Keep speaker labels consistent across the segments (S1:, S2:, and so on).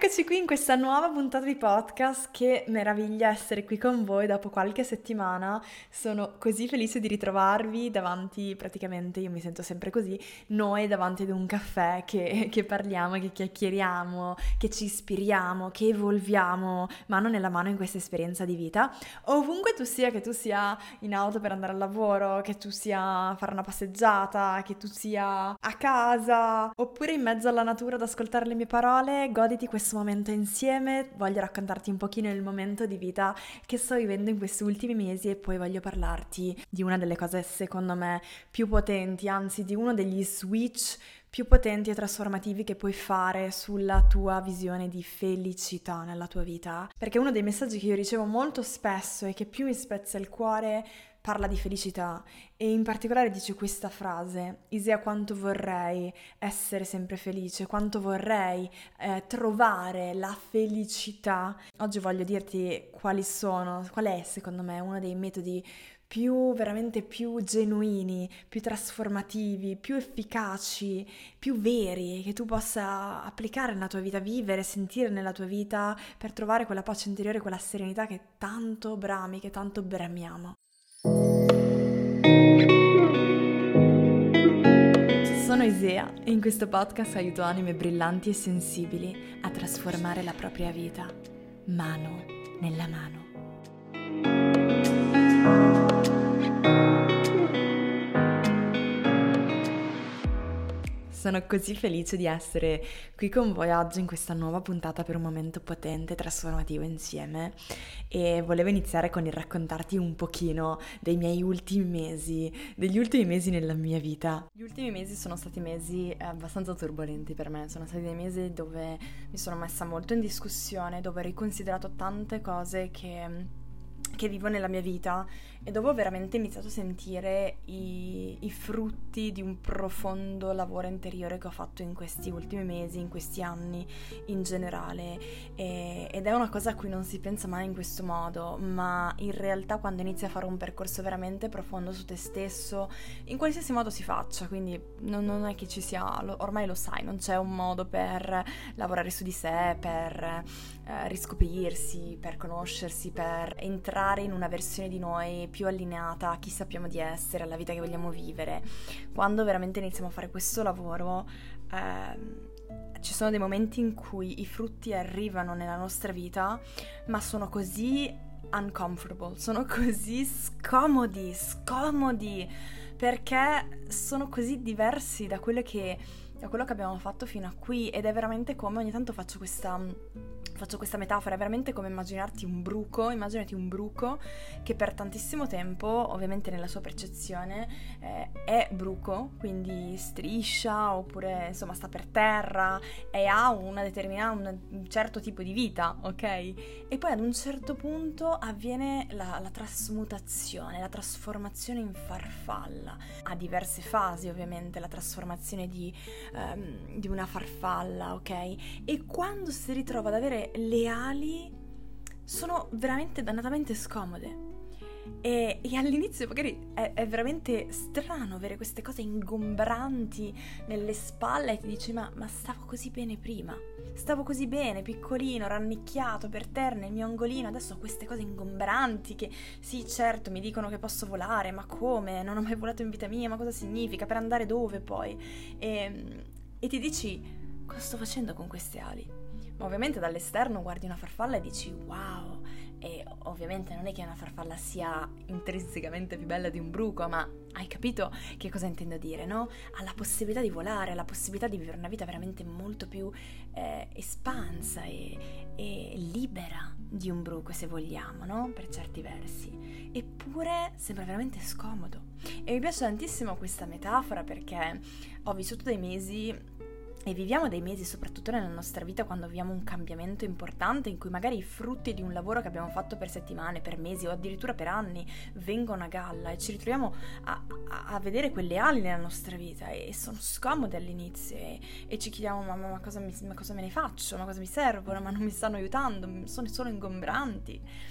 S1: Eccoci qui in questa nuova puntata di podcast. Che meraviglia essere qui con voi dopo qualche settimana. Sono così felice di ritrovarvi davanti, praticamente io mi sento sempre così, noi davanti ad un caffè che parliamo, che chiacchieriamo, che ci ispiriamo, che evolviamo mano nella mano in questa esperienza di vita. Ovunque tu sia, che tu sia in auto per andare al lavoro, che tu sia a fare una passeggiata, che tu sia a casa oppure in mezzo alla natura ad ascoltare le mie parole, goditi questo momento insieme. Voglio raccontarti un pochino il momento di vita che sto vivendo in questi ultimi mesi e poi voglio parlarti di una delle cose secondo me più potenti, anzi di uno degli switch più potenti e trasformativi che puoi fare sulla tua visione di felicità nella tua vita. Perché uno dei messaggi che io ricevo molto spesso e che più mi spezza il cuore parla di felicità e in particolare dice questa frase: Isea, quanto vorrei essere sempre felice, quanto vorrei trovare la felicità. Oggi voglio dirti qual è secondo me uno dei metodi veramente più genuini, più trasformativi, più efficaci, più veri che tu possa applicare nella tua vita, vivere, sentire nella tua vita per trovare quella pace interiore, quella serenità che tanto brami, che tanto bramiamo. Sono Isea e in questo podcast aiuto anime brillanti e sensibili a trasformare la propria vita, mano nella mano. Sono così felice di essere qui con voi oggi in questa nuova puntata per un momento potente e trasformativo insieme e volevo iniziare con il raccontarti un pochino degli ultimi mesi nella mia vita. Gli ultimi mesi sono stati mesi abbastanza turbolenti per me, sono stati dei mesi dove mi sono messa molto in discussione, dove ho riconsiderato tante cose che vivo nella mia vita e dove ho veramente iniziato a sentire i frutti di un profondo lavoro interiore che ho fatto in questi ultimi mesi, in questi anni in generale, ed è una cosa a cui non si pensa mai in questo modo, ma in realtà quando inizi a fare un percorso veramente profondo su te stesso, in qualsiasi modo si faccia, quindi non è che ci sia, ormai lo sai, non c'è un modo per lavorare su di sé, per riscoprirsi, per conoscersi, per entrare in una versione di noi più allineata a chi sappiamo di essere, alla vita che vogliamo vivere. Quando veramente iniziamo a fare questo lavoro ci sono dei momenti in cui i frutti arrivano nella nostra vita, ma sono così uncomfortable, sono così scomodi, perché sono così diversi da quello che abbiamo fatto fino a qui, ed è veramente come ogni tanto faccio questa metafora, è veramente come immaginati un bruco che per tantissimo tempo, ovviamente nella sua percezione, è bruco, quindi striscia oppure insomma sta per terra e ha un certo tipo di vita, ok? E poi ad un certo punto avviene la trasmutazione, la trasformazione in farfalla. Ha diverse fasi ovviamente la trasformazione di una farfalla, ok? E quando si ritrova ad avere le ali sono veramente dannatamente scomode e all'inizio magari è veramente strano avere queste cose ingombranti nelle spalle e ti dici ma stavo così bene prima, stavo così bene, piccolino, rannicchiato per terra nel mio angolino, adesso ho queste cose ingombranti che sì, certo, mi dicono che posso volare, ma come? Non ho mai volato in vita mia, ma cosa significa? Per andare dove poi? E ti dici, cosa sto facendo con queste ali? Ma ovviamente dall'esterno guardi una farfalla e dici wow, e ovviamente non è che una farfalla sia intrinsecamente più bella di un bruco, ma hai capito che cosa intendo dire, no? Ha la possibilità di volare, ha la possibilità di vivere una vita veramente molto più espansa e libera di un bruco, se vogliamo, no? Per certi versi. Eppure sembra veramente scomodo. E mi piace tantissimo questa metafora perché ho vissuto dei mesi e viviamo dei mesi soprattutto nella nostra vita quando viviamo un cambiamento importante in cui magari i frutti di un lavoro che abbiamo fatto per settimane, per mesi o addirittura per anni vengono a galla e ci ritroviamo a vedere quelle ali nella nostra vita e sono scomode all'inizio e ci chiediamo ma cosa me ne faccio, ma cosa mi servono, ma non mi stanno aiutando, sono solo ingombranti.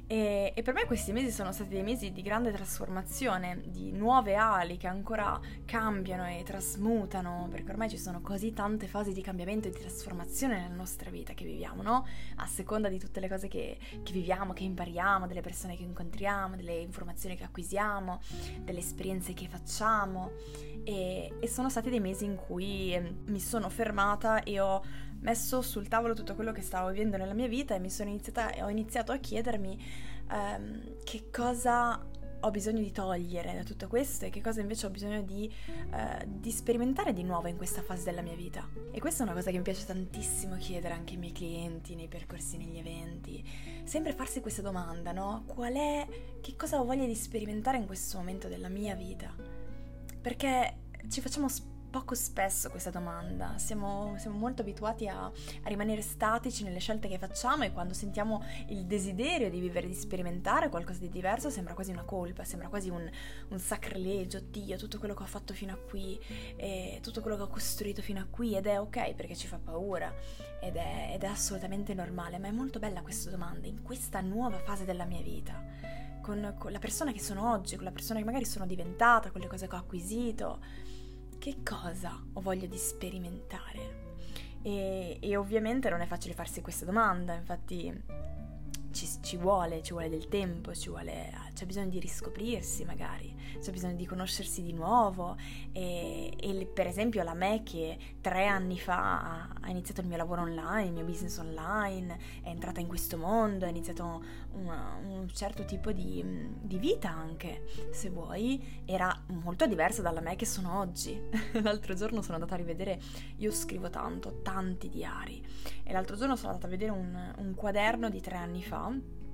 S1: E per me questi mesi sono stati dei mesi di grande trasformazione, di nuove ali che ancora cambiano e trasmutano, perché ormai ci sono così tante fasi di cambiamento e di trasformazione nella nostra vita che viviamo, no? A seconda di tutte le cose che viviamo, che impariamo, delle persone che incontriamo, delle informazioni che acquisiamo, delle esperienze che facciamo. E sono stati dei mesi in cui mi sono fermata e ho messo sul tavolo tutto quello che stavo vivendo nella mia vita e ho iniziato a chiedermi che cosa ho bisogno di togliere da tutto questo e che cosa invece ho bisogno di sperimentare di nuovo in questa fase della mia vita. E questa è una cosa che mi piace tantissimo chiedere anche ai miei clienti, nei percorsi, negli eventi. Sempre farsi questa domanda, no? Che cosa ho voglia di sperimentare in questo momento della mia vita? Perché ci facciamo poco spesso questa domanda, siamo molto abituati a rimanere statici nelle scelte che facciamo, e quando sentiamo il desiderio di vivere, di sperimentare qualcosa di diverso, sembra quasi una colpa, sembra quasi un sacrilegio. Dio, tutto quello che ho fatto fino a qui, tutto quello che ho costruito fino a qui, ed è ok perché ci fa paura ed è assolutamente normale, ma è molto bella questa domanda in questa nuova fase della mia vita, con la persona che sono oggi, con la persona che magari sono diventata, con le cose che ho acquisito. Che cosa ho voglia di sperimentare? E ovviamente non è facile farsi questa domanda, infatti ci vuole del tempo, c'è bisogno di riscoprirsi magari, c'è bisogno di conoscersi di nuovo e per esempio la me che 3 anni fa ha iniziato il mio lavoro online, il mio business online, è entrata in questo mondo, ha iniziato un certo tipo di vita anche, se vuoi, era molto diversa dalla me che sono oggi. L'altro giorno sono andata a rivedere, io scrivo tanti diari, e l'altro giorno sono andata a vedere un quaderno di 3 anni fa,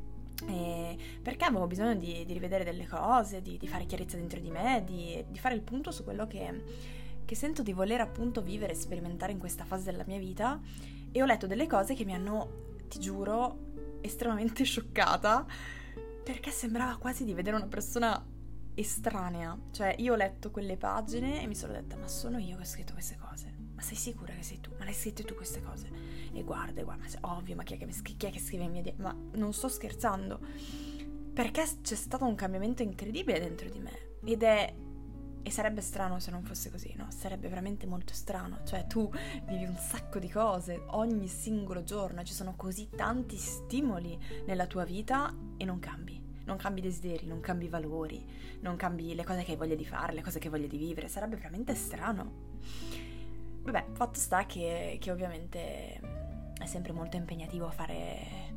S1: perché avevo bisogno di rivedere delle cose, di fare chiarezza dentro di me, di fare il punto su quello che sento di voler appunto vivere e sperimentare in questa fase della mia vita, e ho letto delle cose che mi hanno, ti giuro, estremamente scioccata, perché sembrava quasi di vedere una persona estranea. Cioè io ho letto quelle pagine e mi sono detta: ma sono io che ho scritto queste cose? Ma sei sicura che sei tu? Ma le hai scritte tu queste cose? E guarda, ma ovvio, ma chi è che scrive i miei diari? Ma non sto scherzando, perché c'è stato un cambiamento incredibile dentro di me, e sarebbe strano se non fosse così, no? Sarebbe veramente molto strano. Cioè tu vivi un sacco di cose ogni singolo giorno, ci sono così tanti stimoli nella tua vita e non cambi desideri, non cambi valori, non cambi le cose che hai voglia di fare, le cose che hai voglia di vivere. Sarebbe veramente strano. Vabbè, fatto sta che ovviamente è sempre molto impegnativo fare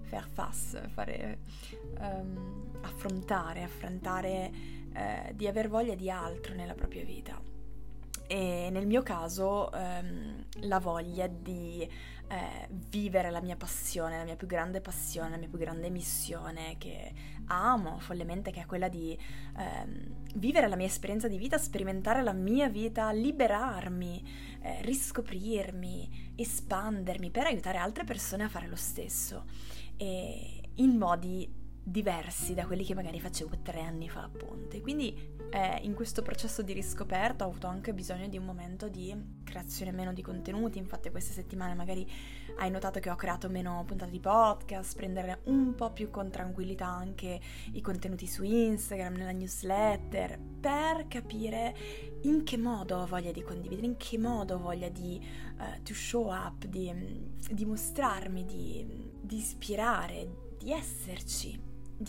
S1: affrontare di aver voglia di altro nella propria vita. E nel mio caso la voglia di vivere la mia passione, la mia più grande passione, la mia più grande missione che amo follemente, che è quella di vivere la mia esperienza di vita, sperimentare la mia vita, liberarmi, riscoprirmi, espandermi per aiutare altre persone a fare lo stesso, e in modi diversi da quelli che magari facevo 3 anni fa, appunto. E quindi in questo processo di riscoperta ho avuto anche bisogno di un momento di creazione meno di contenuti. Infatti queste settimane magari hai notato che ho creato meno puntate di podcast, prendere un po' più con tranquillità anche i contenuti su Instagram, nella newsletter, per capire in che modo ho voglia di condividere, in che modo ho voglia di to show up, di mostrarmi, di ispirare, di esserci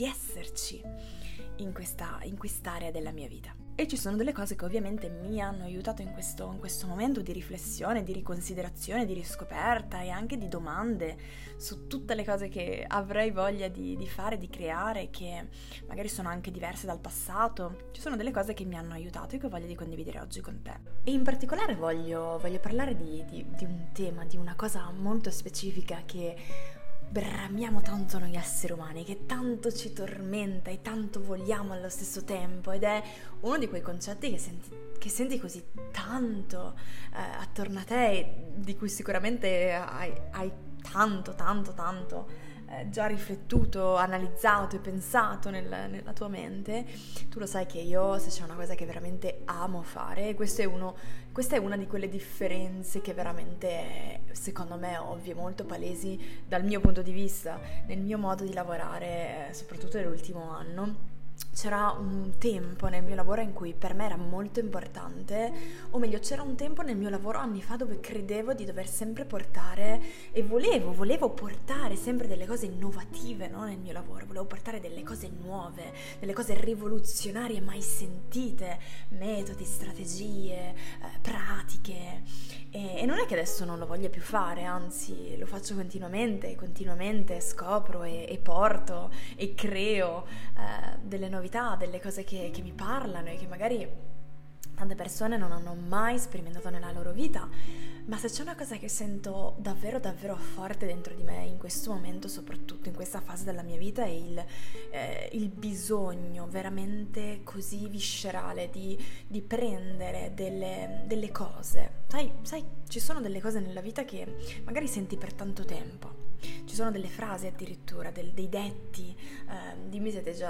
S1: in quest'area della mia vita. E ci sono delle cose che ovviamente mi hanno aiutato in questo momento di riflessione, di riconsiderazione, di riscoperta e anche di domande su tutte le cose che avrei voglia di fare, di creare, che magari sono anche diverse dal passato. Ci sono delle cose che mi hanno aiutato e che ho voglia di condividere oggi con te. E in particolare voglio parlare di un tema, di una cosa molto specifica che bramiamo tanto noi esseri umani, che tanto ci tormenta e tanto vogliamo allo stesso tempo, ed è uno di quei concetti che senti così tanto attorno a te, di cui sicuramente hai tanto già riflettuto, analizzato e pensato nella tua mente, tu lo sai che io, se c'è una cosa che veramente amo fare, questa è una di quelle differenze che veramente, secondo me, ovvie, molto palesi dal mio punto di vista, nel mio modo di lavorare, soprattutto nell'ultimo anno. C'era un tempo nel mio lavoro in cui per me era molto importante, o meglio, c'era un tempo nel mio lavoro anni fa dove credevo di dover sempre portare e volevo portare sempre delle cose innovative, no? Nel mio lavoro, volevo portare delle cose nuove, delle cose rivoluzionarie mai sentite, metodi, strategie, pratiche. E non è che adesso non lo voglia più fare, anzi lo faccio continuamente scopro e porto e creo delle novità, delle cose che mi parlano e che magari tante persone non hanno mai sperimentato nella loro vita. Ma se c'è una cosa che sento davvero davvero forte dentro di me in questo momento, soprattutto in questa fase della mia vita, è il bisogno veramente così viscerale di prendere delle cose. Sai, ci sono delle cose nella vita che magari senti per tanto tempo. Ci sono delle frasi addirittura, dei detti, dimmi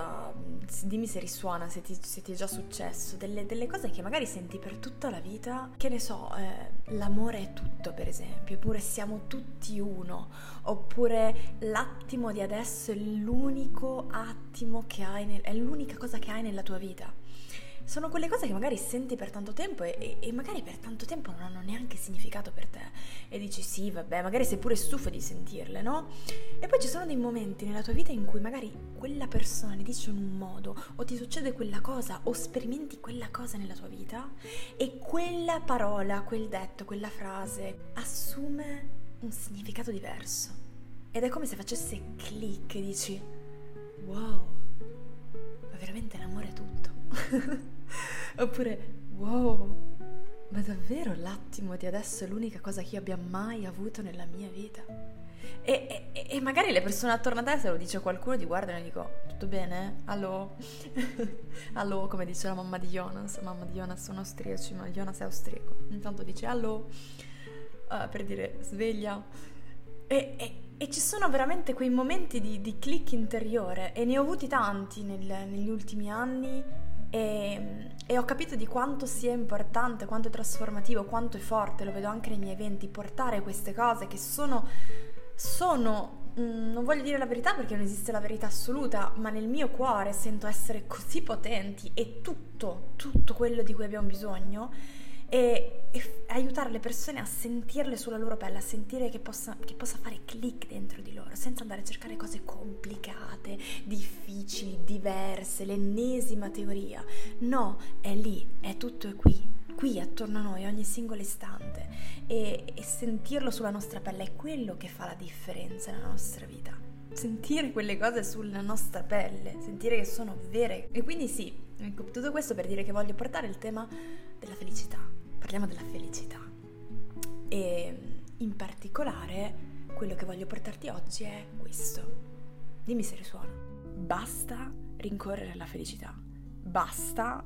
S1: se risuona, se ti è già successo, delle cose che magari senti per tutta la vita, che ne so, l'amore è tutto per esempio, oppure siamo tutti uno, oppure l'attimo di adesso è l'unico attimo che hai, è l'unica cosa che hai nella tua vita. Sono quelle cose che magari senti per tanto tempo e magari per tanto tempo non hanno neanche significato per te e dici sì, vabbè, magari sei pure stufo di sentirle, no? E poi ci sono dei momenti nella tua vita in cui magari quella persona ti dice in un modo o ti succede quella cosa o sperimenti quella cosa nella tua vita e quella parola, quel detto, quella frase assume un significato diverso ed è come se facesse click e dici wow, ma veramente l'amore è tutto. Oppure wow, ma davvero l'attimo di adesso è l'unica cosa che io abbia mai avuto nella mia vita. E magari le persone attorno a te, se lo dice qualcuno, ti guardano e dico tutto bene? Allo? Allo, come dice la mamma di Jonas sono austriaci, ma Jonas è austriaco, intanto dice allo, per dire sveglia. E ci sono veramente quei momenti di click interiore e ne ho avuti tanti negli ultimi anni e ho capito di quanto sia importante, quanto è trasformativo, quanto è forte, lo vedo anche nei miei eventi, portare queste cose che sono non voglio dire la verità perché non esiste la verità assoluta, ma nel mio cuore sento essere così potenti e tutto quello di cui abbiamo bisogno e aiutare le persone a sentirle sulla loro pelle, a sentire che possa fare click dentro di loro, senza andare a cercare cose complicate, difficili, diverse, l'ennesima teoria. No, è lì, è tutto è qui attorno a noi, ogni singolo istante. E sentirlo sulla nostra pelle è quello che fa la differenza nella nostra vita. Sentire quelle cose sulla nostra pelle, sentire che sono vere. E quindi sì, ecco, tutto questo per dire che voglio portare il tema della felicità. Parliamo della felicità e in particolare quello che voglio portarti oggi è questo. Dimmi se risuona. Basta rincorrere alla felicità. Basta,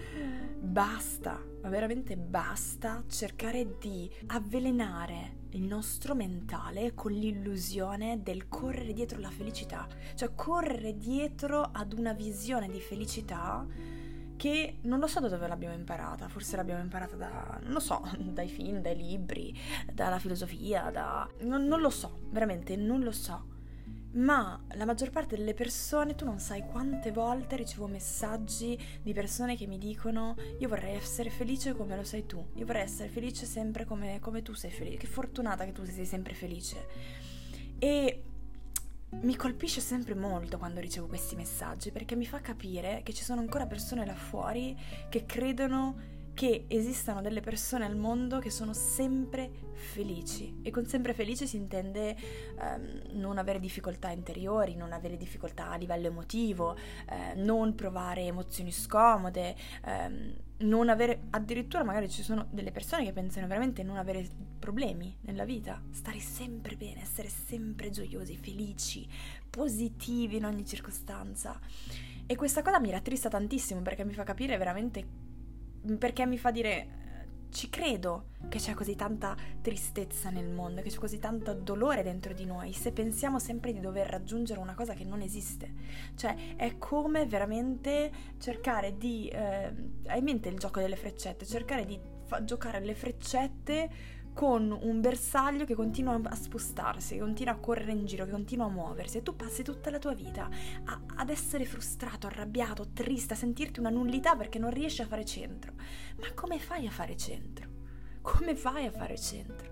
S1: ma veramente basta cercare di avvelenare il nostro mentale con l'illusione del correre dietro la felicità. Cioè correre dietro ad una visione di felicità che non lo so da dove l'abbiamo imparata, forse l'abbiamo imparata non lo so, dai film, dai libri, dalla filosofia, non lo so, veramente non lo so. Ma la maggior parte delle persone, tu non sai quante volte ricevo messaggi di persone che mi dicono io vorrei essere felice come lo sei tu, io vorrei essere felice sempre come tu sei felice, che fortunata che tu sei sempre felice. E mi colpisce sempre molto quando ricevo questi messaggi perché mi fa capire che ci sono ancora persone là fuori che credono che esistano delle persone al mondo che sono sempre felici e con sempre felice si intende non avere difficoltà interiori, non avere difficoltà a livello emotivo, non provare emozioni scomode, non avere, addirittura magari ci sono delle persone che pensano veramente non avere problemi nella vita, stare sempre bene, essere sempre gioiosi, felici, positivi in ogni circostanza. E questa cosa mi rattrista tantissimo perché mi fa capire veramente, perché mi fa dire ci credo che c'è così tanta tristezza nel mondo, che c'è così tanto dolore dentro di noi, se pensiamo sempre di dover raggiungere una cosa che non esiste. Cioè, è come veramente cercare di... hai in mente il gioco delle freccette? Cercare di giocare alle freccette con un bersaglio che continua a spostarsi, che continua a correre in giro, che continua a muoversi, e tu passi tutta la tua vita ad essere frustrato, arrabbiato, triste, a sentirti una nullità perché non riesci a fare centro. Ma come fai a fare centro? Come fai a fare centro?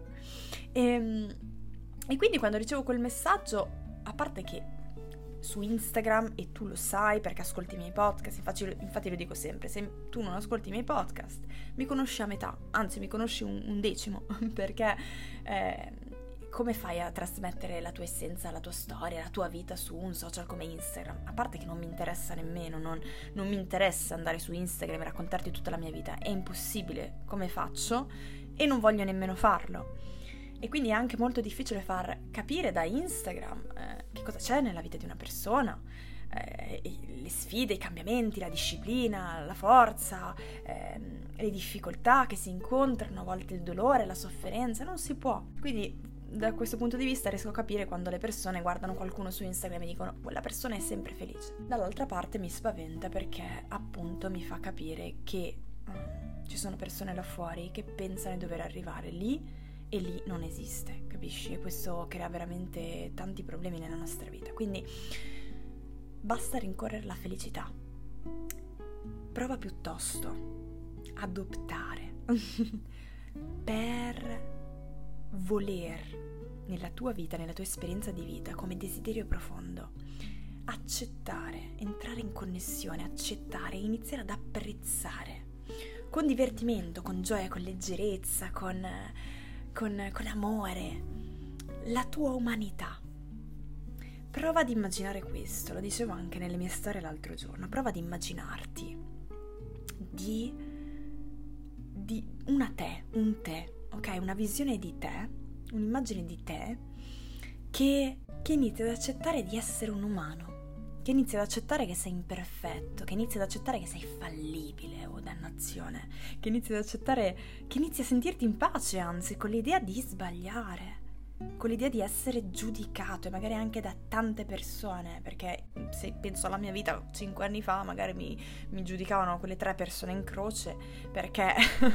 S1: E quindi quando ricevo quel messaggio, a parte che su Instagram, e tu lo sai perché ascolti i miei podcast, infatti lo dico sempre, se tu non ascolti i miei podcast mi conosci a metà, anzi mi conosci un decimo, perché come fai a trasmettere la tua essenza, la tua storia, la tua vita su un social come Instagram? A parte che non mi interessa nemmeno, non mi interessa andare su Instagram e raccontarti tutta la mia vita, è impossibile come faccio e non voglio nemmeno farlo. E quindi è anche molto difficile far capire da Instagram che cosa c'è nella vita di una persona, le sfide, i cambiamenti, la disciplina, la forza, le difficoltà che si incontrano, a volte il dolore, la sofferenza, non si può. Quindi da questo punto di vista riesco a capire quando le persone guardano qualcuno su Instagram e dicono quella persona è sempre felice. Dall'altra parte mi spaventa perché appunto mi fa capire che ci sono persone là fuori che pensano di dover arrivare lì e lì non esiste, capisci? E questo crea veramente tanti problemi nella nostra vita. Quindi basta rincorrere la felicità. Prova piuttosto ad optare per voler nella tua vita, nella tua esperienza di vita, come desiderio profondo, accettare, entrare in connessione, accettare, iniziare ad apprezzare con divertimento, con gioia, con leggerezza, con amore, la tua umanità. Prova ad immaginare questo, lo dicevo anche nelle mie storie l'altro giorno, prova ad immaginarti di un te, ok? Una visione di te, un'immagine di te che inizia ad accettare di essere un umano, che inizia ad accettare che sei imperfetto, che inizia ad accettare che sei fallibile, oh dannazione, che inizia ad accettare, che inizia a sentirti in pace, anzi, con l'idea di sbagliare, con l'idea di essere giudicato, e magari anche da tante persone, perché se penso alla mia vita 5 anni fa, magari mi giudicavano quelle 3 persone in croce, perché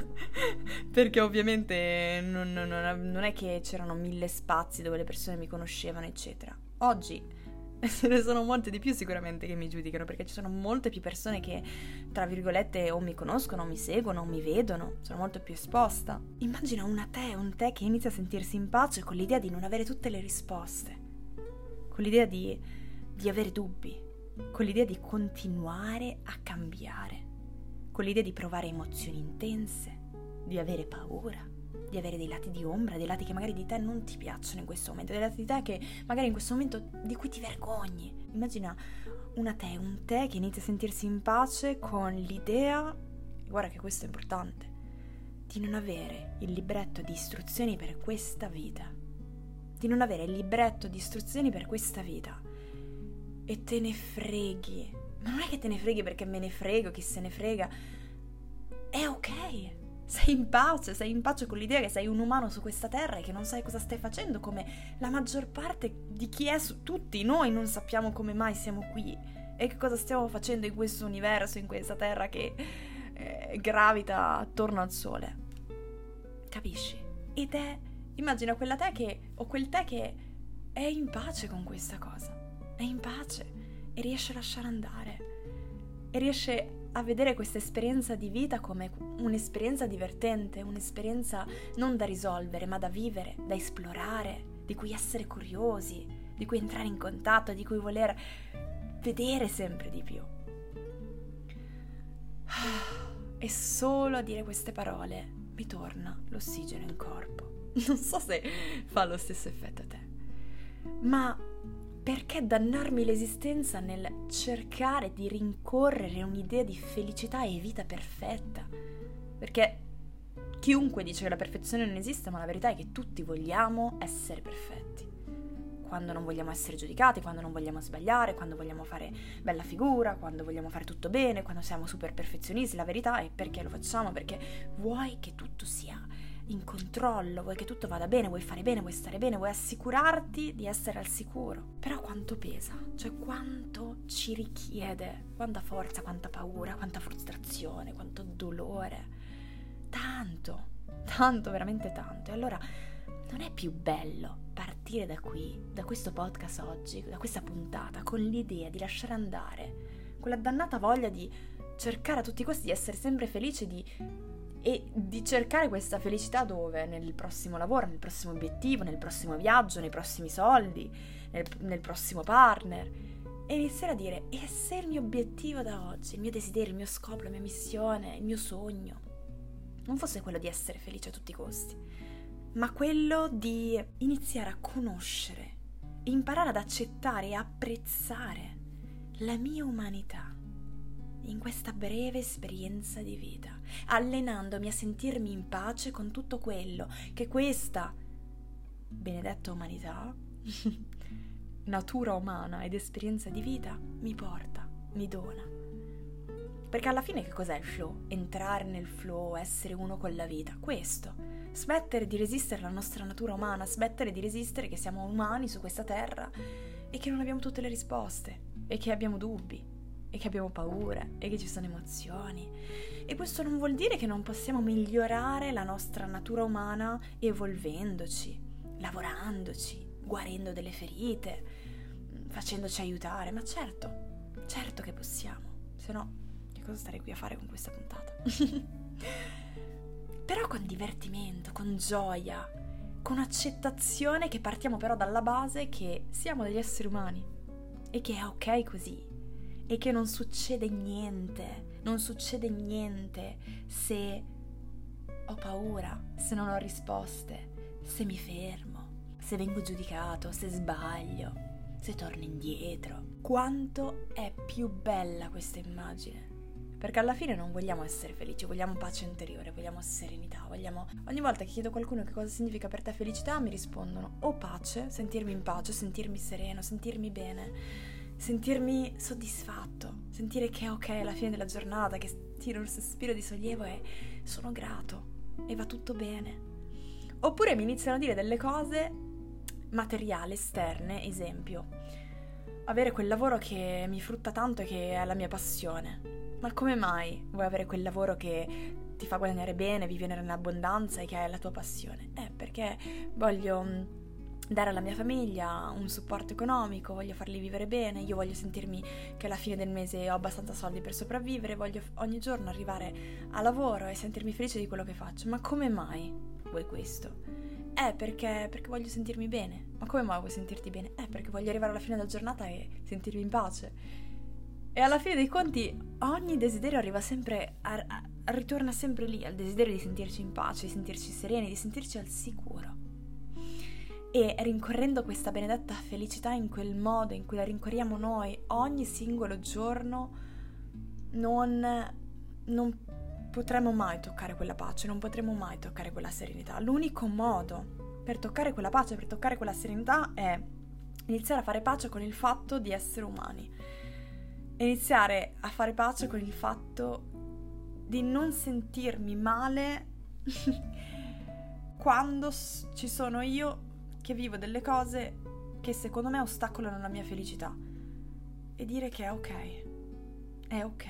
S1: ovviamente non è che c'erano 1000 spazi dove le persone mi conoscevano, eccetera. Oggi ce ne sono molte di più sicuramente che mi giudicano, perché ci sono molte più persone che, tra virgolette, o mi conoscono, o mi seguono, o mi vedono, sono molto più esposta. Immagina un te che inizia a sentirsi in pace con l'idea di non avere tutte le risposte, con l'idea di avere dubbi, con l'idea di continuare a cambiare, con l'idea di provare emozioni intense, di avere paura, di avere dei lati di ombra, dei lati che magari di te non ti piacciono in questo momento, dei lati di te che magari in questo momento di cui ti vergogni. Immagina un te che inizia a sentirsi in pace con l'idea, guarda che questo è importante, di non avere il libretto di istruzioni per questa vita, di non avere il libretto di istruzioni per questa vita e te ne freghi. Ma non è che te ne freghi perché me ne frego, chi se ne frega, è ok. Sei in pace con l'idea che sei un umano su questa terra e che non sai cosa stai facendo, come la maggior parte di chi è tutti noi non sappiamo come mai siamo qui e che cosa stiamo facendo in questo universo, in questa terra che gravita attorno al sole. Capisci? Ed immagina quella te quel te che è in pace con questa cosa, è in pace e riesce a lasciare andare e riesce a vedere questa esperienza di vita come un'esperienza divertente, un'esperienza non da risolvere, ma da vivere, da esplorare, di cui essere curiosi, di cui entrare in contatto, di cui voler vedere sempre di più. E solo a dire queste parole mi torna l'ossigeno in corpo. Non so se fa lo stesso effetto a te, ma perché dannarmi l'esistenza nel cercare di rincorrere un'idea di felicità e vita perfetta? Perché chiunque dice che la perfezione non esiste, ma la verità è che tutti vogliamo essere perfetti. quando non vogliamo essere giudicati, quando non vogliamo sbagliare, quando vogliamo fare bella figura, quando vogliamo fare tutto bene, quando siamo super perfezionisti. La verità è perché lo facciamo, perché vuoi che tutto sia in controllo, vuoi che tutto vada bene, vuoi fare bene, vuoi stare bene, vuoi assicurarti di essere al sicuro. Però quanto pesa? Cioè quanto ci richiede? Quanta forza, quanta paura, quanta frustrazione, quanto dolore. Tanto, veramente tanto. E allora non è più bello partire da qui, da questo podcast oggi, da questa puntata, con l'idea di lasciare andare quella dannata voglia di cercare a tutti i costi di essere sempre felice e di cercare questa felicità dove? Nel prossimo lavoro, nel prossimo obiettivo, nel prossimo viaggio, nei prossimi soldi, nel prossimo partner. E iniziare a dire: e se il mio obiettivo da oggi, il mio desiderio, il mio scopo, la mia missione, il mio sogno non fosse quello di essere felice a tutti i costi, ma quello di iniziare a conoscere, imparare ad accettare e apprezzare la mia umanità in questa breve esperienza di vita, allenandomi a sentirmi in pace con tutto quello che questa benedetta umanità, natura umana ed esperienza di vita mi porta, mi dona. Perché alla fine che cos'è il flow? Entrare nel flow, essere uno con la vita, questo. Smettere di resistere alla nostra natura umana, smettere di resistere che siamo umani su questa terra e che non abbiamo tutte le risposte, e che abbiamo dubbi, e che abbiamo paure, e che ci sono emozioni. E questo non vuol dire che non possiamo migliorare la nostra natura umana evolvendoci, lavorandoci, guarendo delle ferite, facendoci aiutare. Ma certo che possiamo, se no che cosa starei qui a fare con questa puntata? Però con divertimento, con gioia, con accettazione, che partiamo però dalla base che siamo degli esseri umani e che è ok così, e che non succede niente se ho paura, se non ho risposte, se mi fermo, se vengo giudicato, se sbaglio, se torno indietro. Quanto è più bella questa immagine! Perché alla fine non vogliamo essere felici, vogliamo pace interiore, vogliamo serenità, Ogni volta che chiedo a qualcuno che cosa significa per te felicità, mi rispondono o pace, sentirmi in pace, sentirmi sereno, sentirmi bene, sentirmi soddisfatto, sentire che è ok alla fine della giornata, che tiro un sospiro di sollievo e sono grato e va tutto bene. Oppure mi iniziano a dire delle cose materiali, esterne, esempio, avere quel lavoro che mi frutta tanto e che è la mia passione. Ma come mai vuoi avere quel lavoro che ti fa guadagnare bene, vivere nell'abbondanza e che è la tua passione? Perché voglio dare alla mia famiglia un supporto economico, voglio farli vivere bene, io voglio sentirmi che alla fine del mese ho abbastanza soldi per sopravvivere, voglio ogni giorno arrivare a lavoro e sentirmi felice di quello che faccio. Ma come mai vuoi questo? Perché voglio sentirmi bene. Ma come mai vuoi sentirti bene? Perché voglio arrivare alla fine della giornata e sentirmi in pace. E alla fine dei conti ogni desiderio arriva sempre, ritorna sempre lì, al desiderio di sentirci in pace, di sentirci sereni, di sentirci al sicuro. E rincorrendo questa benedetta felicità in quel modo in cui la rincorriamo noi ogni singolo giorno, non potremo mai toccare quella pace, non potremo mai toccare quella serenità. L'unico modo per toccare quella pace, per toccare quella serenità è iniziare a fare pace con il fatto di essere umani. Iniziare a fare pace con il fatto di non sentirmi male quando ci sono io che vivo delle cose che secondo me ostacolano la mia felicità, e dire che è ok.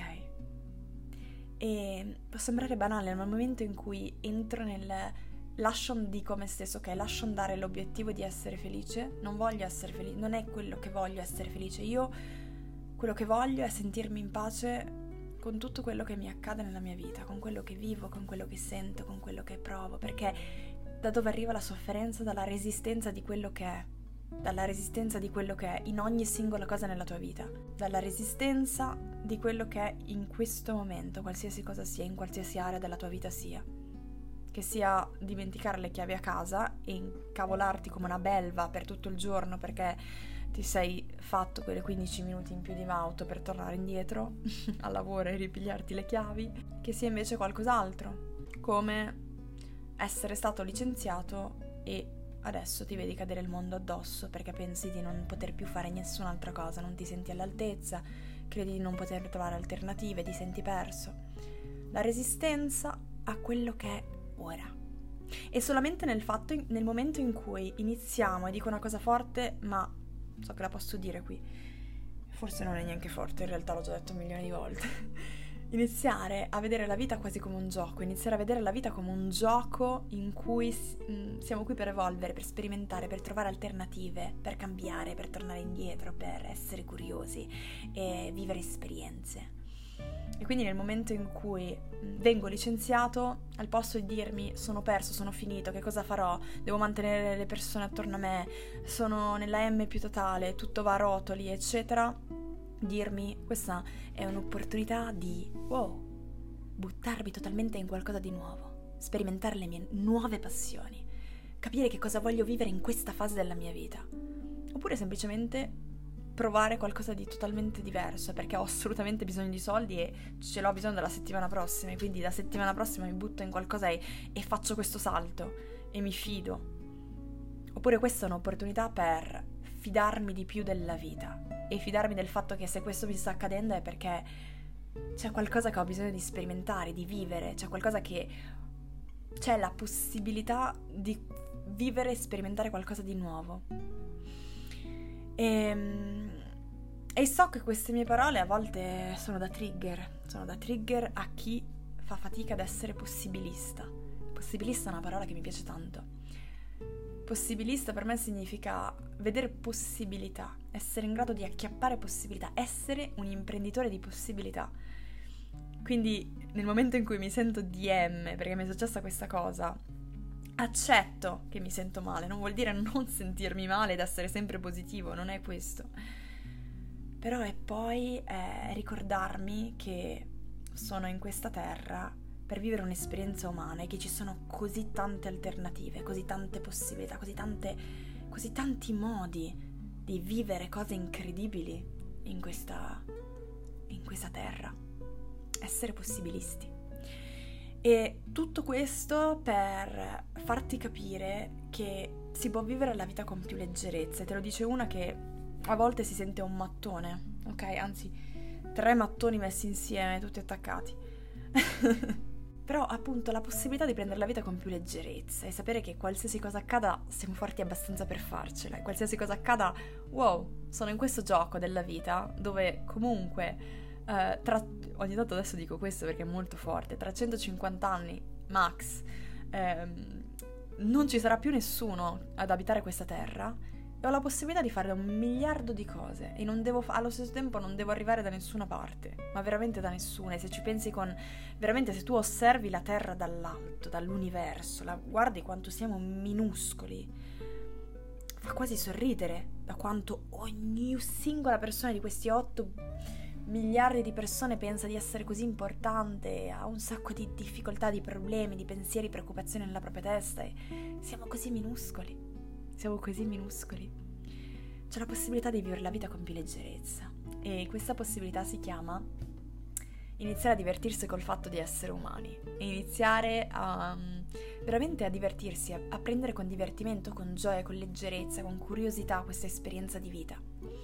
S1: E può sembrare banale, ma nel momento in cui entro dico a me stesso, ok, lascio andare l'obiettivo di essere felice, non voglio essere felice, non è quello che voglio essere felice, io quello che voglio è sentirmi in pace con tutto quello che mi accade nella mia vita, con quello che vivo, con quello che sento, con quello che provo, perché da dove arriva la sofferenza? Dalla resistenza di quello che è, in ogni singola cosa nella tua vita, dalla resistenza di quello che è in questo momento, qualsiasi cosa sia, in qualsiasi area della tua vita sia. Che sia dimenticare le chiavi a casa e incavolarti come una belva per tutto il giorno perché ti sei fatto quelle 15 minuti in più di auto per tornare indietro al lavoro e ripigliarti le chiavi, che sia invece qualcos'altro, come essere stato licenziato e adesso ti vedi cadere il mondo addosso perché pensi di non poter più fare nessun'altra cosa, non ti senti all'altezza, credi di non poter trovare alternative, ti senti perso. La resistenza a quello che è ora. E solamente nel momento in cui iniziamo, e dico una cosa forte, ma so che la posso dire qui, forse non è neanche forte, in realtà l'ho già detto 1.000.000 di volte, iniziare a vedere la vita quasi come un gioco, iniziare a vedere la vita come un gioco in cui siamo qui per evolvere, per sperimentare, per trovare alternative, per cambiare, per tornare indietro, per essere curiosi e vivere esperienze. E quindi nel momento in cui vengo licenziato, al posto di dirmi sono perso, sono finito, che cosa farò, devo mantenere le persone attorno a me, sono nella M più totale, tutto va a rotoli, eccetera, dirmi questa è un'opportunità di, buttarmi totalmente in qualcosa di nuovo, sperimentare le mie nuove passioni, capire che cosa voglio vivere in questa fase della mia vita, oppure semplicemente provare qualcosa di totalmente diverso, perché ho assolutamente bisogno di soldi e ce l'ho bisogno dalla settimana prossima, e quindi la settimana prossima mi butto in qualcosa e faccio questo salto e mi fido. Oppure questa è un'opportunità per fidarmi di più della vita e fidarmi del fatto che se questo mi sta accadendo è perché c'è qualcosa che ho bisogno di sperimentare, di vivere, c'è qualcosa che c'è la possibilità di vivere e sperimentare qualcosa di nuovo. E so che queste mie parole a volte sono da trigger a chi fa fatica ad essere possibilista. Possibilista è una parola che mi piace tanto. Possibilista per me significa vedere possibilità, essere in grado di acchiappare possibilità, essere un imprenditore di possibilità. Quindi nel momento in cui mi sento DM, perché mi è successa questa cosa, accetto che mi sento male, non vuol dire non sentirmi male ed essere sempre positivo, non è questo. Però è poi ricordarmi che sono in questa terra per vivere un'esperienza umana e che ci sono così tante alternative, così tante possibilità, così tanti modi di vivere cose incredibili in questa terra. Essere possibilisti. E tutto questo per farti capire che si può vivere la vita con più leggerezza. E te lo dice una che a volte si sente un mattone, ok? Anzi, 3 mattoni messi insieme, tutti attaccati. Però appunto la possibilità di prendere la vita con più leggerezza e sapere che qualsiasi cosa accada siamo forti abbastanza per farcela. E qualsiasi cosa accada, sono in questo gioco della vita dove comunque... ogni tanto adesso dico questo perché è molto forte, tra 150 anni max non ci sarà più nessuno ad abitare questa terra e ho la possibilità di fare 1 miliardo di cose e non devo allo stesso tempo non devo arrivare da nessuna parte, ma veramente da nessuna. E se ci pensi veramente, se tu osservi la terra dall'alto, dall'universo, guardi quanto siamo minuscoli, fa quasi sorridere da quanto ogni singola persona di questi 8 miliardi di persone pensa di essere così importante, ha un sacco di difficoltà, di problemi, di pensieri, preoccupazioni nella propria testa e siamo così minuscoli. C'è la possibilità di vivere la vita con più leggerezza e questa possibilità si chiama iniziare a divertirsi col fatto di essere umani e iniziare veramente a divertirsi, a prendere con divertimento, con gioia, con leggerezza, con curiosità questa esperienza di vita.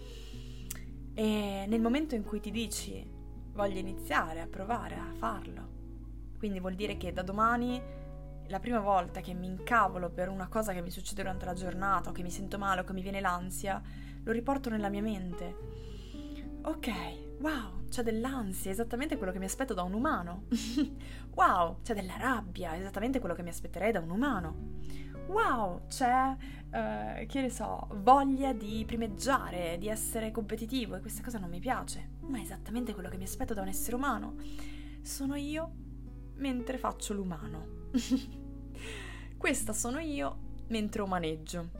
S1: E nel momento in cui ti dici voglio iniziare a provare a farlo, quindi vuol dire che da domani la prima volta che mi incavolo per una cosa che mi succede durante la giornata o che mi sento male o che mi viene l'ansia, lo riporto nella mia mente. Ok, wow, c'è dell'ansia, esattamente quello che mi aspetto da un umano. Wow, c'è della rabbia, esattamente quello che mi aspetterei da un umano. Wow, c'è, che ne so, voglia di primeggiare, di essere competitivo e questa cosa non mi piace, ma è esattamente quello che mi aspetto da un essere umano. Sono io mentre faccio l'umano. Questa sono io mentre umaneggio.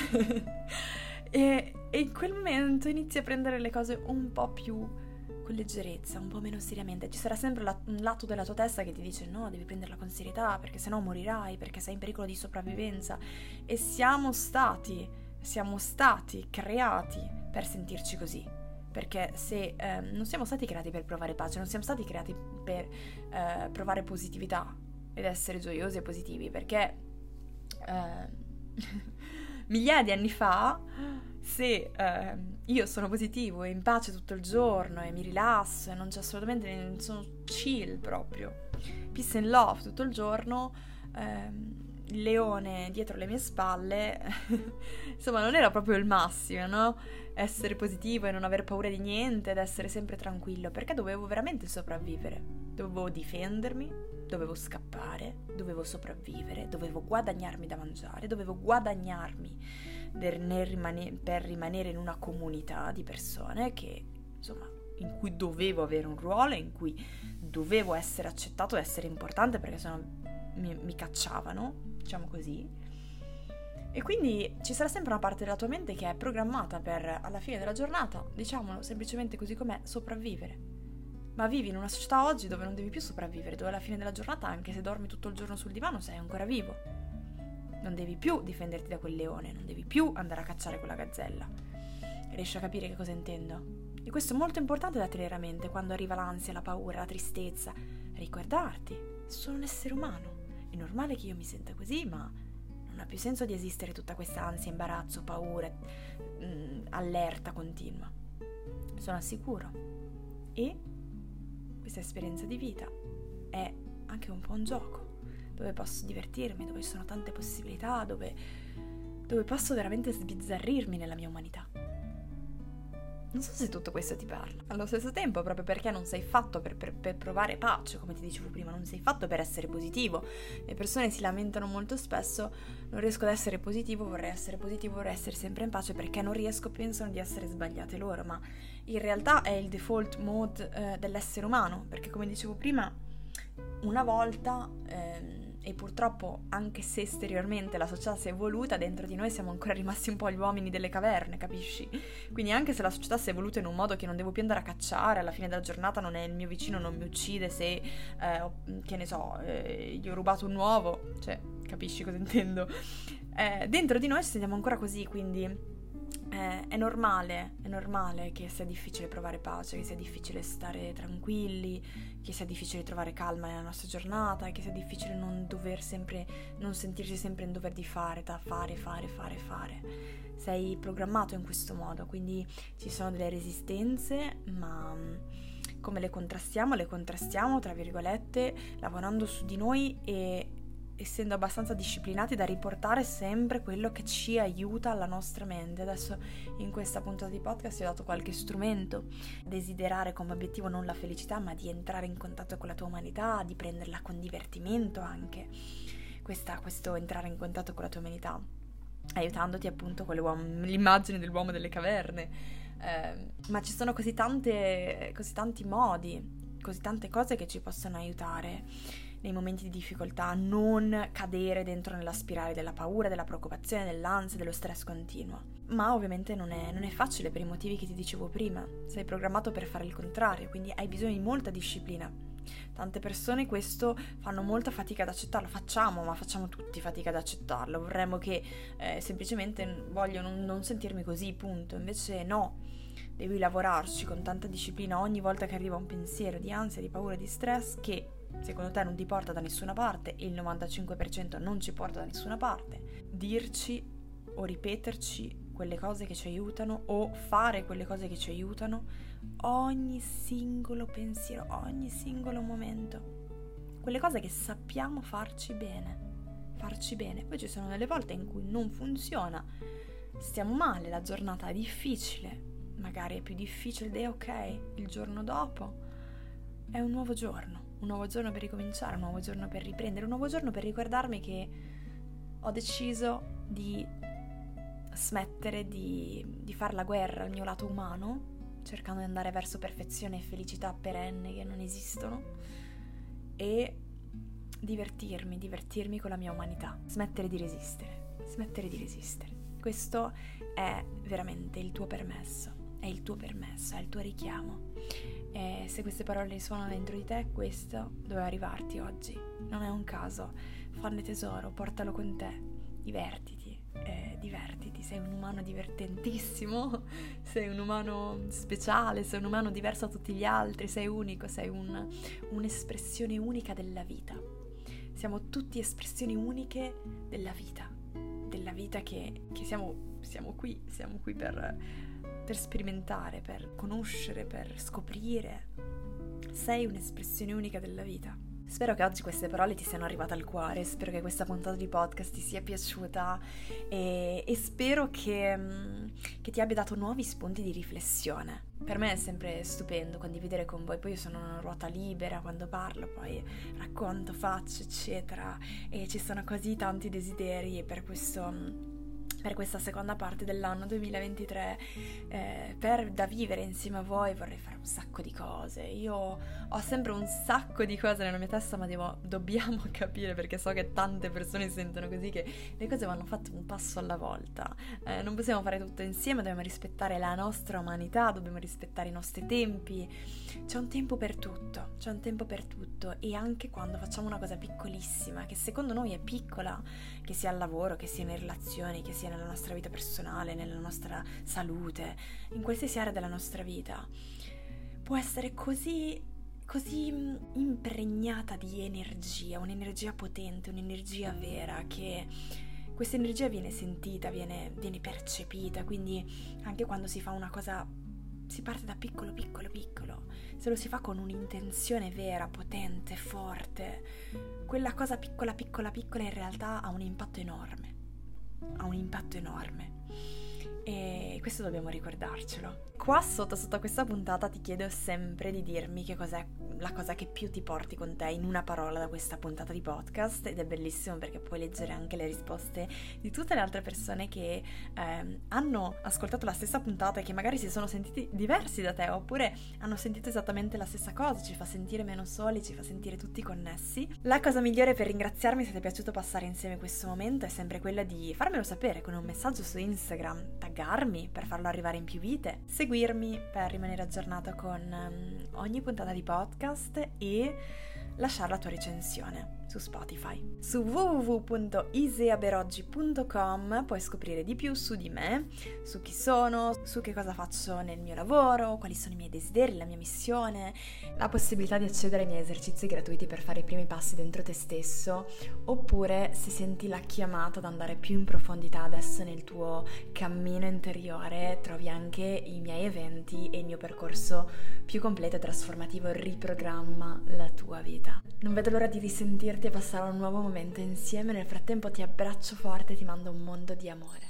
S1: e in quel momento inizi a prendere le cose un po' più con leggerezza, un po' meno seriamente. Ci sarà sempre un lato della tua testa che ti dice no, devi prenderla con serietà perché sennò morirai, perché sei in pericolo di sopravvivenza. E siamo stati creati per sentirci così, perché se non siamo stati creati per provare pace, non siamo stati creati per provare positività ed essere gioiosi e positivi, perché migliaia di anni fa, se io sono positivo e in pace tutto il giorno e mi rilasso e non c'è assolutamente, sono chill proprio, peace and love tutto il giorno, il leone dietro le mie spalle, insomma non era proprio il massimo, no? Essere positivo e non aver paura di niente ed essere sempre tranquillo, perché dovevo veramente sopravvivere, dovevo difendermi, dovevo scappare, dovevo sopravvivere, dovevo guadagnarmi da mangiare, dovevo guadagnarmi per rimanere in una comunità di persone che, insomma, in cui dovevo avere un ruolo, in cui dovevo essere accettato e essere importante, perché sennò mi cacciavano, diciamo così. E quindi ci sarà sempre una parte della tua mente che è programmata per, alla fine della giornata, diciamolo semplicemente così com'è, sopravvivere. Ma vivi in una società oggi dove non devi più sopravvivere, dove alla fine della giornata, anche se dormi tutto il giorno sul divano, sei ancora vivo. Non devi più difenderti da quel leone, non devi più andare a cacciare quella gazzella. Riesci a capire che cosa intendo? E questo è molto importante da tenere a mente quando arriva l'ansia, la paura, la tristezza. Ricordarti, sono un essere umano. È normale che io mi senta così, ma non ha più senso di esistere tutta questa ansia, imbarazzo, paura, allerta continua. Sono al sicuro. E questa esperienza di vita è anche un po' un gioco, dove posso divertirmi, dove ci sono tante possibilità, dove posso veramente sbizzarrirmi nella mia umanità. Non so se tutto questo ti parla. Allo stesso tempo, proprio perché non sei fatto per provare pace, come ti dicevo prima, non sei fatto per essere positivo. Le persone si lamentano molto spesso: non riesco ad essere positivo, vorrei essere sempre in pace, perché non riesco, pensano di essere sbagliate loro, ma in realtà è il default mode dell'essere umano, perché come dicevo prima, una volta, e purtroppo anche se esteriormente la società si è evoluta, dentro di noi siamo ancora rimasti un po' gli uomini delle caverne, capisci? Quindi anche se la società si è evoluta in un modo che non devo più andare a cacciare, alla fine della giornata non è il mio vicino, non mi uccide se, che ne so, gli ho rubato un uovo, cioè, capisci cosa intendo? Dentro di noi ci sentiamo ancora così, quindi è normale che sia difficile provare pace, che sia difficile stare tranquilli, che sia difficile trovare calma nella nostra giornata, che sia difficile non sentirsi sempre in dover di fare. Sei programmato in questo modo, quindi ci sono delle resistenze, ma come le contrastiamo? Le contrastiamo, tra virgolette, lavorando su di noi e essendo abbastanza disciplinati da riportare sempre quello che ci aiuta alla nostra mente. Adesso in questa puntata di podcast ti ho dato qualche strumento. Desiderare come obiettivo non la felicità, ma di entrare in contatto con la tua umanità, di prenderla con divertimento anche. Questo entrare in contatto con la tua umanità, aiutandoti appunto con l'immagine dell'uomo delle caverne. Ma ci sono così tanti modi, così tante cose che ci possono aiutare nei momenti di difficoltà a non cadere dentro nella spirale della paura, della preoccupazione, dell'ansia, dello stress continuo. Ma ovviamente non è facile per i motivi che ti dicevo prima. Sei programmato per fare il contrario, quindi hai bisogno di molta disciplina. Tante persone questo fanno molta fatica ad accettarlo, facciamo tutti fatica ad accettarlo, vorremmo che semplicemente voglio non sentirmi così, punto. Invece no, devi lavorarci con tanta disciplina ogni volta che arriva un pensiero di ansia, di paura, di stress che secondo te non ti porta da nessuna parte, e il 95% non ci porta da nessuna parte. Dirci o ripeterci quelle cose che ci aiutano, o fare quelle cose che ci aiutano ogni singolo pensiero, ogni singolo momento, quelle cose che sappiamo farci bene. Poi ci sono delle volte in cui non funziona, stiamo male, la giornata è difficile, magari è più difficile ed è ok, il giorno dopo è un nuovo giorno per ricominciare, un nuovo giorno per riprendere, un nuovo giorno per ricordarmi che ho deciso di smettere di fare la guerra al mio lato umano, cercando di andare verso perfezione e felicità perenne che non esistono, e divertirmi con la mia umanità, smettere di resistere. Questo è veramente il tuo permesso, è il tuo richiamo. E se queste parole risuonano dentro di te, questo doveva arrivarti oggi. Non è un caso, farne tesoro, portalo con te, divertiti, sei un umano divertentissimo, sei un umano speciale, sei un umano diverso da tutti gli altri, sei unico, sei un'espressione unica della vita. Siamo tutti espressioni uniche della vita. della vita che siamo qui per sperimentare, per conoscere, per scoprire. Sei un'espressione unica della vita. Spero che oggi queste parole ti siano arrivate al cuore, spero che questa puntata di podcast ti sia piaciuta e spero che ti abbia dato nuovi spunti di riflessione. Per me è sempre stupendo condividere con voi, poi io sono una ruota libera quando parlo, poi racconto, faccio, eccetera, e ci sono così tanti desideri per questa seconda parte dell'anno 2023, da vivere insieme a voi. Vorrei fare un sacco di cose. Io ho sempre un sacco di cose nella mia testa, ma dobbiamo capire, perché so che tante persone sentono così, che le cose vanno fatte un passo alla volta. Non possiamo fare tutto insieme, dobbiamo rispettare la nostra umanità, dobbiamo rispettare i nostri tempi. C'è un tempo per tutto, e anche quando facciamo una cosa piccolissima, che secondo noi è piccola, che sia al lavoro, che sia nelle relazioni, che sia nella nostra vita personale, nella nostra salute, in qualsiasi area della nostra vita, può essere così impregnata di energia, un'energia potente, un'energia vera, che questa energia viene sentita, viene percepita. Quindi anche quando si fa una cosa, si parte da piccolo, se lo si fa con un'intenzione vera, potente, forte, quella cosa piccola in realtà ha un impatto enorme. E questo dobbiamo ricordarcelo. Qua sotto questa puntata ti chiedo sempre di dirmi che cos'è la cosa che più ti porti con te in una parola da questa puntata di podcast, ed è bellissimo perché puoi leggere anche le risposte di tutte le altre persone che hanno ascoltato la stessa puntata e che magari si sono sentiti diversi da te, oppure hanno sentito esattamente la stessa cosa. Ci fa sentire meno soli, ci fa sentire tutti connessi. La cosa migliore per ringraziarmi se ti è piaciuto passare insieme questo momento è sempre quella di farmelo sapere con un messaggio su Instagram, taggarmi per farlo arrivare in più vite, seguirmi per rimanere aggiornato con ogni puntata di podcast e lasciare la tua recensione su Spotify. Su www.iseaberoggi.com puoi scoprire di più su di me, su chi sono, su che cosa faccio nel mio lavoro, quali sono i miei desideri, la mia missione, la possibilità di accedere ai miei esercizi gratuiti per fare i primi passi dentro te stesso, oppure se senti la chiamata ad andare più in profondità adesso nel tuo cammino interiore, trovi anche i miei eventi e il mio percorso più completo e trasformativo Riprogramma la tua vita. Non vedo l'ora di risentirti e passare un nuovo momento insieme. Nel frattempo ti abbraccio forte e ti mando un mondo di amore.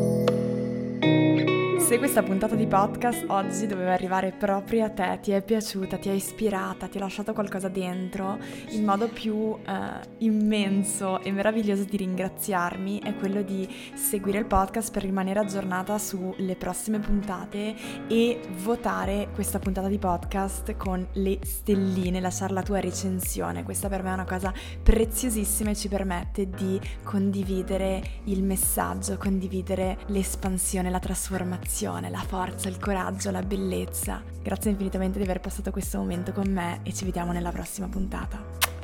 S1: Se questa puntata di podcast oggi doveva arrivare proprio a te, ti è piaciuta, ti è ispirata, ti ha lasciato qualcosa dentro, il modo più immenso e meraviglioso di ringraziarmi è quello di seguire il podcast per rimanere aggiornata sulle prossime puntate e votare questa puntata di podcast con le stelline, lasciare la tua recensione. Questa per me è una cosa preziosissima e ci permette di condividere il messaggio, condividere l'espansione, la trasformazione, la forza, il coraggio, la bellezza. Grazie infinitamente di aver passato questo momento con me e ci vediamo nella prossima puntata.